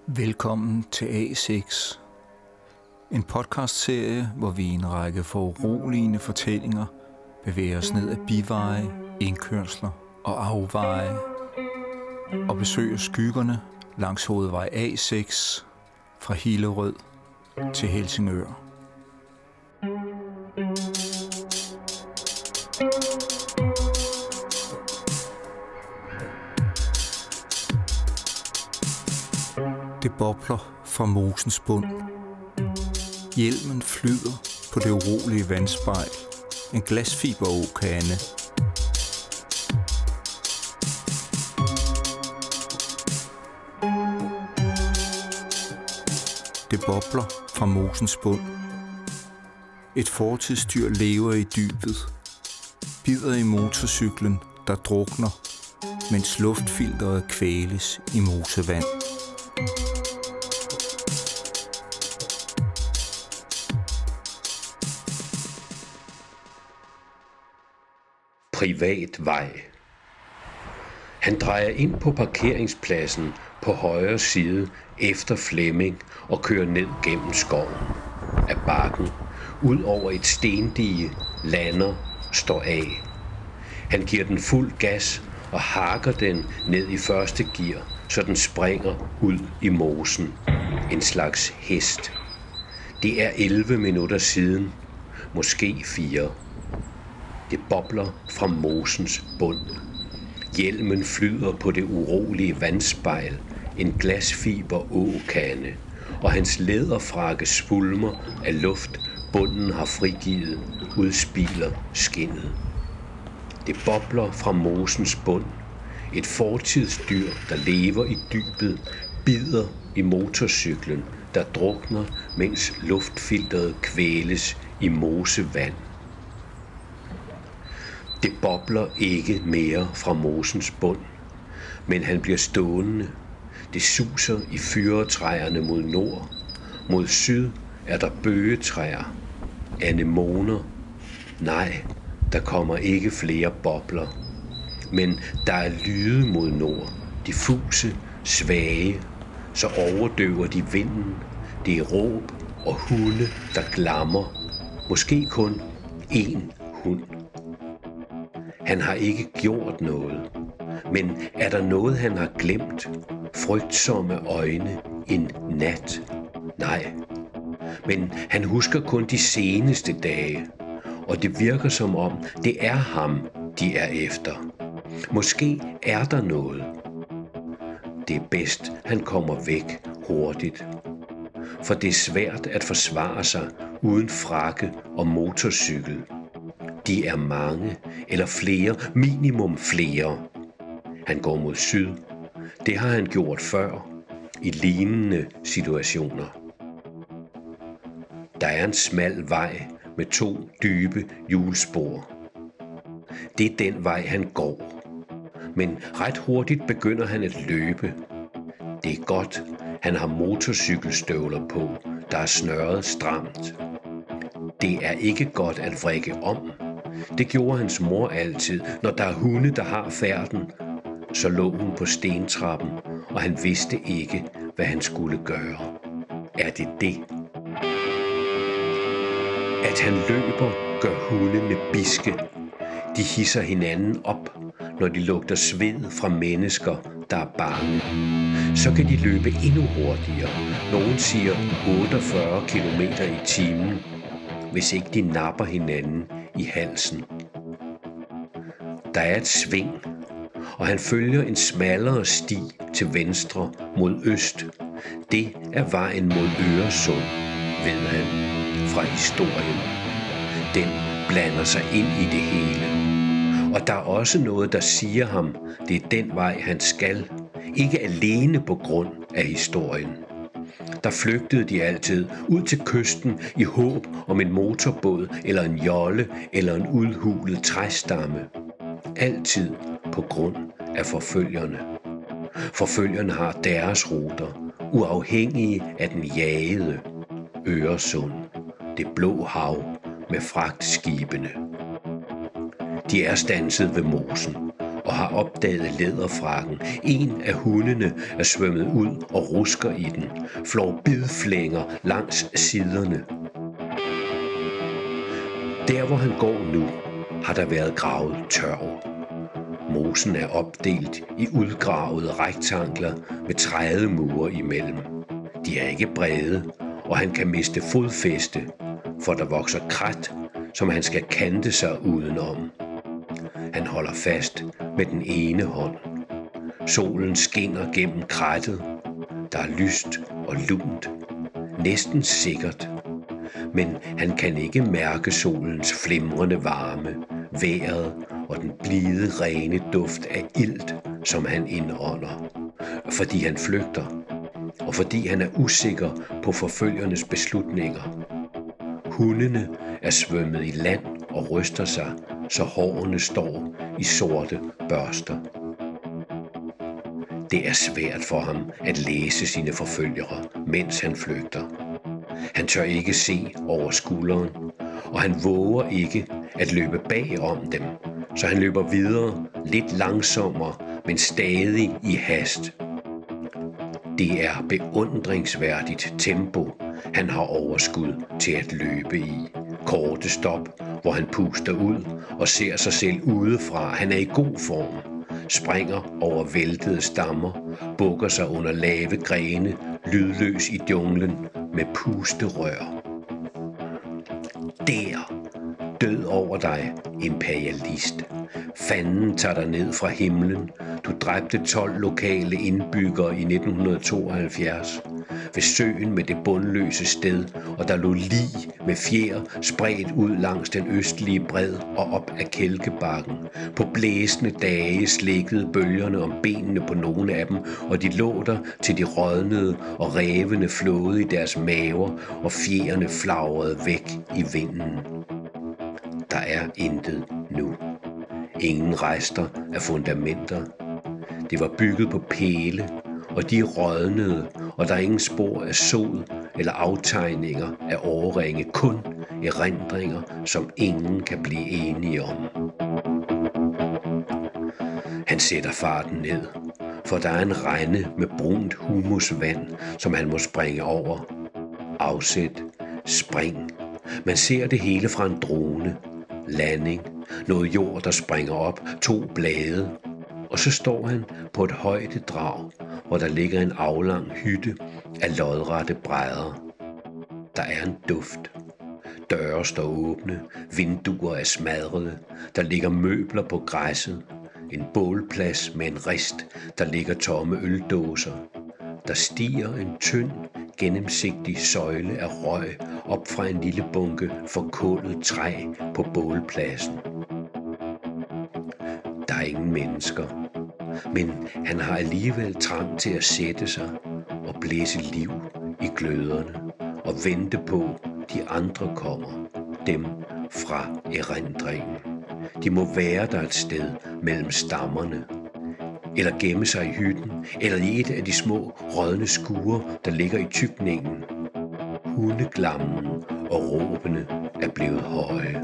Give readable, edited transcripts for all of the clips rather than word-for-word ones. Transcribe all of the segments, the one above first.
Velkommen til A6, en podcastserie, hvor vi i en række foruroligende fortællinger bevæger os ned ad biveje, indkørsler og afveje og besøger skyggerne langs hovedvej A6 fra Hillerød til Helsingør. Det bobler fra mosens bund. Hjelmen flyder på det urolige vandspejl. En glasfiberåkande. Det bobler fra mosens bund. Et fortidsdyr lever i dybet. Bider i motorcyklen, der drukner, mens luftfilteret kvæles i mosevand. Privat vej. Han drejer ind på parkeringspladsen på højre side efter Flemming og kører ned gennem skoven. Af bakken, ud over et stendige, lander, står af. Han giver den fuld gas og hakker den ned i første gear, så den springer ud i mosen. En slags hest. Det er 11 minutter siden, måske 4. Det bobler fra mosens bund. Hjelmen flyder på det urolige vandspejl, en glasfiberåkande, og hans læderfrakke svulmer af luft, bunden har frigivet, udspiler skindet. Det bobler fra mosens bund. Et fortidsdyr, der lever i dybet, bider i motorcyklen, der drukner, mens luftfilteret kvæles i mosevand. Det bobler ikke mere fra mosens bund, men han bliver stående. Det suser i fyretræerne mod nord. Mod syd er der bøgetræer, anemoner. Nej, der kommer ikke flere bobler. Men der er lyde mod nord, diffuse, svage, så overdøver de vinden. Det er råb og hunde, der glammer. Måske kun én hund. Han har ikke gjort noget, men er der noget, han har glemt? Frygtsomme øjne, en nat? Nej, men han husker kun de seneste dage, og det virker som om, det er ham, de er efter. Måske er der noget. Det er bedst, han kommer væk hurtigt, for det er svært at forsvare sig uden frakke og motorcykel. De er mange, eller flere, minimum flere. Han går mod syd. Det har han gjort før, i lignende situationer. Der er en smal vej med 2 dybe hjulspor. Det er den vej, han går. Men ret hurtigt begynder han at løbe. Det er godt, han har motorcykelstøvler på, der er snørret stramt. Det er ikke godt at vrikke om. Det gjorde hans mor altid, når der er hunde, der har færden. Så lå hun på stentrappen, og han vidste ikke, hvad han skulle gøre. Er det det? At han løber, gør hundene biske. De hisser hinanden op, når de lugter sved fra mennesker, der er bange. Så kan de løbe endnu hurtigere. Nogen siger 48 km/t, hvis ikke de napper hinanden i halsen. Der er et sving, og han følger en smallere sti til venstre mod øst. Det er vejen mod Øresund, ved han, fra historien. Den blander sig ind i det hele. Og der er også noget, der siger ham, det er den vej, han skal. Ikke alene på grund af historien. Der flygtede de altid ud til kysten i håb om en motorbåd eller en jolle eller en udhulet træstamme. Altid på grund af forfølgerne. Forfølgerne har deres ruter, uafhængige af den jagede Øresund, det blå hav med fragtskibene. De er standset ved mosen, og har opdaget læderfrakken. En af hundene er svømmet ud og rusker i den, flår bidflænger langs siderne. Der hvor han går nu, har der været gravet tørv. Mosen er opdelt i udgravede rektangler med trædemure imellem. De er ikke brede, og han kan miste fodfæste, for der vokser krat, som han skal kante sig udenom. Han holder fast med den ene hånd. Solen skinner gennem krattet. Der er lyst og lunt, næsten sikkert. Men han kan ikke mærke solens flimrende varme, vejret og den blide, rene duft af ilt, som han indånder. Fordi han flygter, og fordi han er usikker på forfølgernes beslutninger. Hundene er svømmet i land og ryster sig, så hårene står i sorte børster. Det er svært for ham at læse sine forfølgere, mens han flygter. Han tør ikke se over skulderen, og han våger ikke at løbe bag om dem, så han løber videre, lidt langsommere, men stadig i hast. Det er beundringsværdigt tempo, han har overskud til at løbe i. Korte stop, hvor han puster ud og ser sig selv udefra. Han er i god form, springer over væltede stammer, bukker sig under lave grene, lydløs i junglen med pusterør. Der, død over dig, imperialist. Fanden tager dig ned fra himlen. Du dræbte 12 lokale indbyggere i 1972 ved søen med det bundløse sted, og der lå lig med fjer spredt ud langs den østlige bred og op ad Kælkebakken. På blæsende dage slikkede bølgerne om benene på nogle af dem, og de lå der til de rådnede og rævene flåede i deres maver, og fjerne flagrede væk i vinden. Der er intet nu. Ingen rester af fundamenter. Det var bygget på pæle, og de rådnede, og der er ingen spor af sod eller aftegninger af årringe, kun erindringer, som ingen kan blive enige om. Han sætter farten ned, for der er en rende med brunt humusvand, som han må springe over. Afsæt, spring. Man ser det hele fra en drone. Landing, noget jord, der springer op, 2 blade. Og så står han på et højdedrag, hvor der ligger en aflang hytte af lodrette brædder. Der er en duft. Døre står åbne, vinduer er smadrede, der ligger møbler på græsset. En bålplads med en rist, der ligger tomme øldåser. Der stiger en tynd, gennemsigtig søjle af røg op fra en lille bunke forkullet træ på bålpladsen. Der er ingen mennesker, men han har alligevel trang til at sætte sig og blæse liv i gløderne og vente på, de andre kommer, dem fra erindringen. De må være der et sted mellem stammerne, eller gemme sig i hytten, eller i et af de små rådne skure, der ligger i tykningen. Hundeglammen og råbene er blevet høje.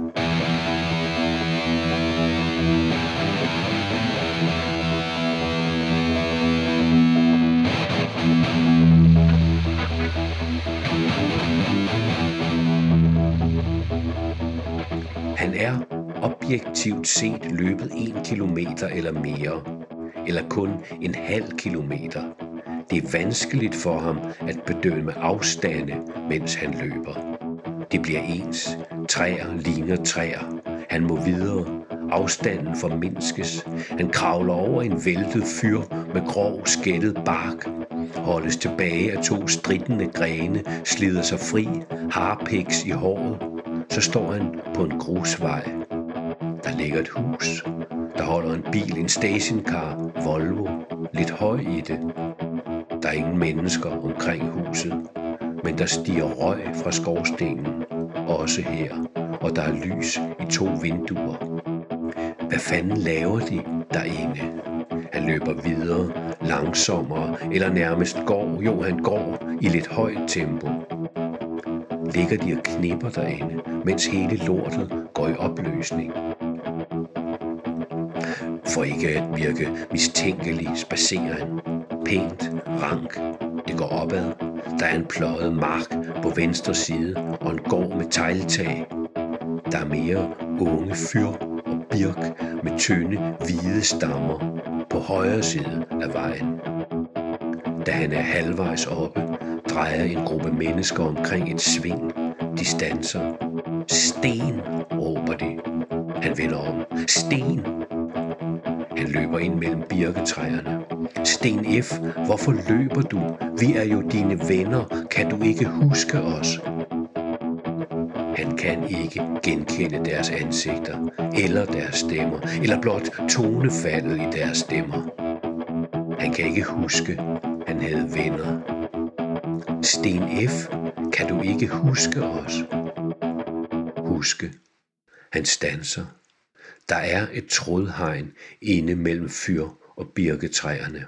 Han er objektivt set løbet 1 kilometer eller mere, eller kun en halv kilometer. Det er vanskeligt for ham at bedømme afstande, mens han løber. Det bliver ens. Træer ligner træer. Han må videre. Afstanden formindskes. Han kravler over en væltet fyr med grov skættet bark. Holdes tilbage af 2 strittende grene, slider sig fri, harpiks i håret. Så står han på en grusvej. Der ligger et hus. Der holder en bil, en stationcar, Volvo, lidt høj i det. Der er ingen mennesker omkring huset, men der stiger røg fra skorstenen, også her, og der er lys i 2 vinduer. Hvad fanden laver de derinde? Han løber videre, langsommere, eller nærmest går. Jo, han går i lidt højt tempo. Ligger de og knipper derinde, mens hele lortet går i opløsning. For ikke at virke mistænkelig spacerer han. Pænt, rank, det går opad. Der er en pløjet mark på venstre side og en gård med tegltag. Der er mere unge fyr og birk med tynde, hvide stammer på højre side af vejen. Da han er halvvejs oppe, drejer en gruppe mennesker omkring et sving. De standser. Sten, råber de. Han vender om. Sten! Han løber ind mellem birketræerne. Sten F., hvorfor løber du? Vi er jo dine venner. Kan du ikke huske os? Han kan ikke genkende deres ansigter, eller deres stemmer, eller blot tonefaldet i deres stemmer. Han kan ikke huske, han havde venner. Sten F., kan du ikke huske os? Huske. Han standser. Der er et trådhegn inde mellem fyr og birketræerne.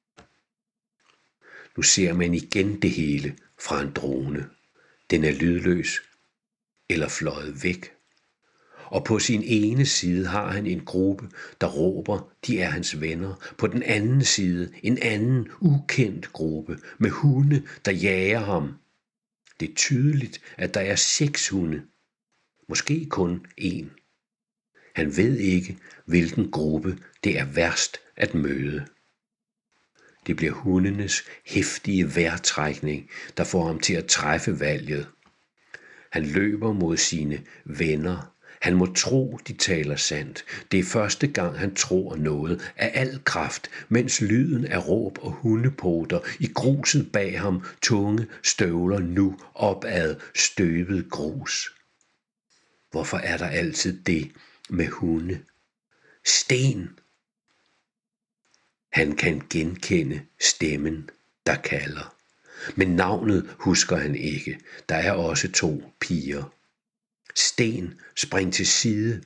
Nu ser man igen det hele fra en drone. Den er lydløs eller fløjet væk. Og på sin ene side har han en gruppe, der råber, de er hans venner. På den anden side en anden ukendt gruppe med hunde, der jager ham. Det er tydeligt, at der er 6 hunde. Måske kun 1. Han ved ikke, hvilken gruppe det er værst at møde. Det bliver hundenes heftige vejrtrækning, der får ham til at træffe valget. Han løber mod sine venner. Han må tro, de taler sandt. Det er første gang, han tror noget af al kraft, mens lyden af råb og hundepoter i gruset bag ham tunge støvler nu opad støvet grus. Hvorfor er der altid det med hunde? Sten! Han kan genkende stemmen, der kalder. Men navnet husker han ikke. Der er også 2 piger. Sten, spring til side.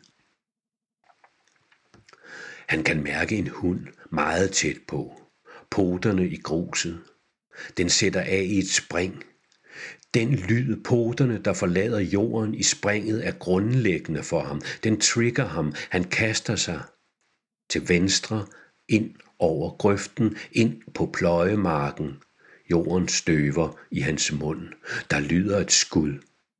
Han kan mærke en hund meget tæt på. Poterne i gruset. Den sætter af i et spring. Den lyd, poterne, der forlader jorden i springet, er grundlæggende for ham. Den trigger ham. Han kaster sig til venstre, ind over grøften, ind på pløjemarken. Jorden støver i hans mund. Der lyder et skud.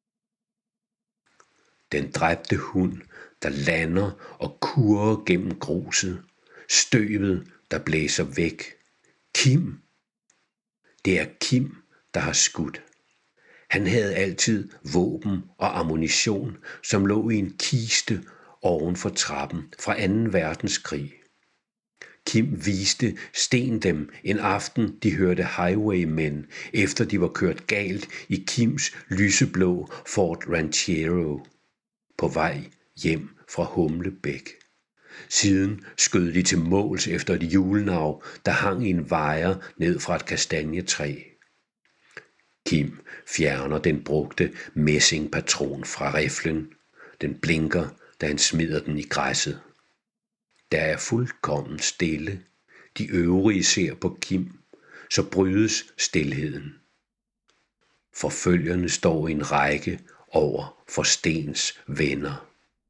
Den dræbte hund, der lander og kurrer gennem gruset. Støvet, der blæser væk. Kim. Det er Kim, der har skudt. Han havde altid våben og ammunition, som lå i en kiste oven for trappen fra 2. verdenskrig. Kim viste Sten dem en aften, de hørte Highwaymen, efter de var kørt galt i Kims lyseblå Ford Ranchero på vej hjem fra Humlebæk. Siden skød de til måls efter et julenav, der hang i en wire ned fra et kastanjetræ. Kim fjerner den brugte messingpatron fra riflen. Den blinker, da han smider den i græsset. Der er fuldkommen stille. De øvrige ser på Kim, så brydes stilheden. Forfølgerne står i en række over for Stens venner.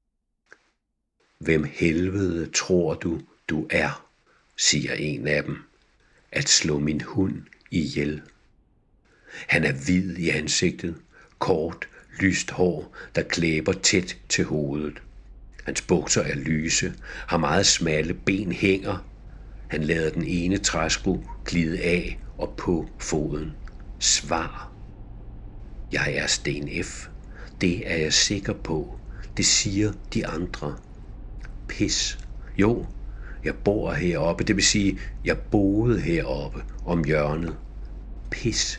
Hvem helvede tror du, du er, siger en af dem, at slå min hund ihjel. Han er hvid i ansigtet, kort, lyst hår, der klæber tæt til hovedet. Hans bukser er lyse, har meget smalle ben hænger. Han lader den ene træsko glide af og på foden. Svar. Jeg er Sten F. Det er jeg sikker på. Det siger de andre. Pis. Jo, jeg bor heroppe, det vil sige, jeg boede heroppe om hjørnet. Pis.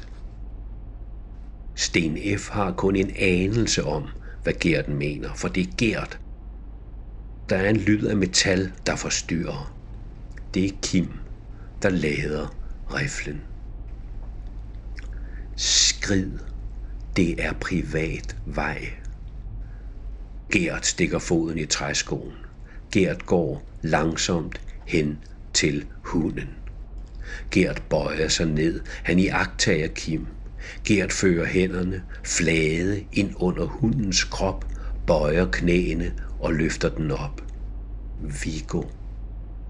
Sten F. har kun en anelse om, hvad Gert mener, for det er Gert. Der er en lyd af metal, der forstyrrer. Det er Kim, der lader riflen. Skrid. Det er privat vej. Gert stikker foden i træskoen. Gert går langsomt hen til hunden. Gert bøjer sig ned. Han iagttager Kim. Gert fører hænderne flade ind under hundens krop, bøjer knæene og løfter den op. Viggo.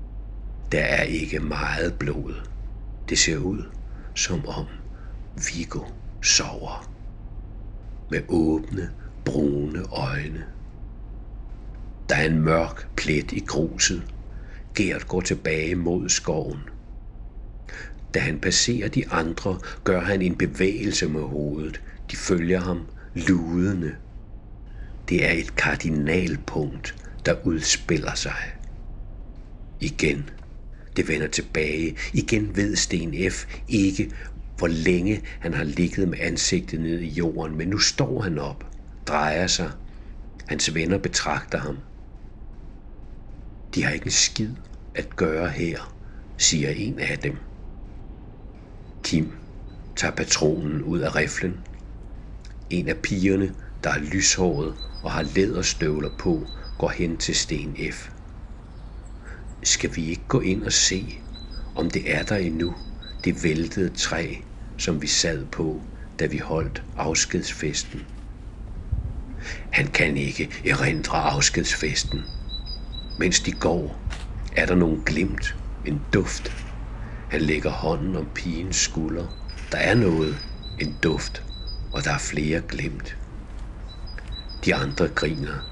Der er ikke meget blod. Det ser ud, som om Viggo sover. Med åbne, brune øjne. Der er en mørk plet i gruset. Gert går tilbage mod skoven. Da han passerer de andre, gør han en bevægelse med hovedet. De følger ham ludende. Det er et kardinalpunkt, der udspiller sig. Igen. Det vender tilbage. Igen ved Sten F. ikke, hvor længe han har ligget med ansigtet ned i jorden, men nu står han op, drejer sig. Hans venner betragter ham. De har ikke en skid at gøre her, siger en af dem. Kim tager patronen ud af riflen. En af pigerne, der er lyshåret og har læderstøvler på, går hen til Sten F. Skal vi ikke gå ind og se, om det er der endnu, det væltede træ, som vi sad på, da vi holdt afskedsfesten? Han kan ikke erindre afskedsfesten. Mens de går, er der nogle glimt, en duft. Han lægger hånden om pigens skulder. Der er noget, en duft, og der er flere glimt. De andre griner.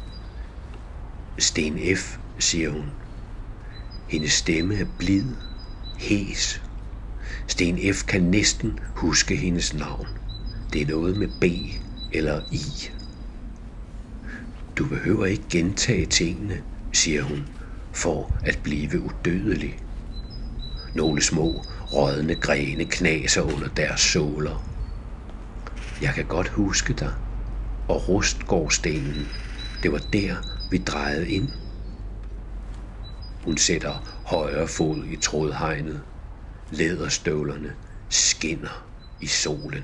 Sten F., siger hun. Hendes stemme er blid, hæs. Sten F. kan næsten huske hendes navn. Det er noget med B eller I. Du behøver ikke gentage tingene, siger hun, for at blive udødelig. Nogle små, rådne grene knaser under deres såler. Jeg kan godt huske dig. Og Rustgårdstenen, det var der, vi drejede ind. Hun sætter højre fod i trådhegnet. Læderstøvlerne skinner i solen.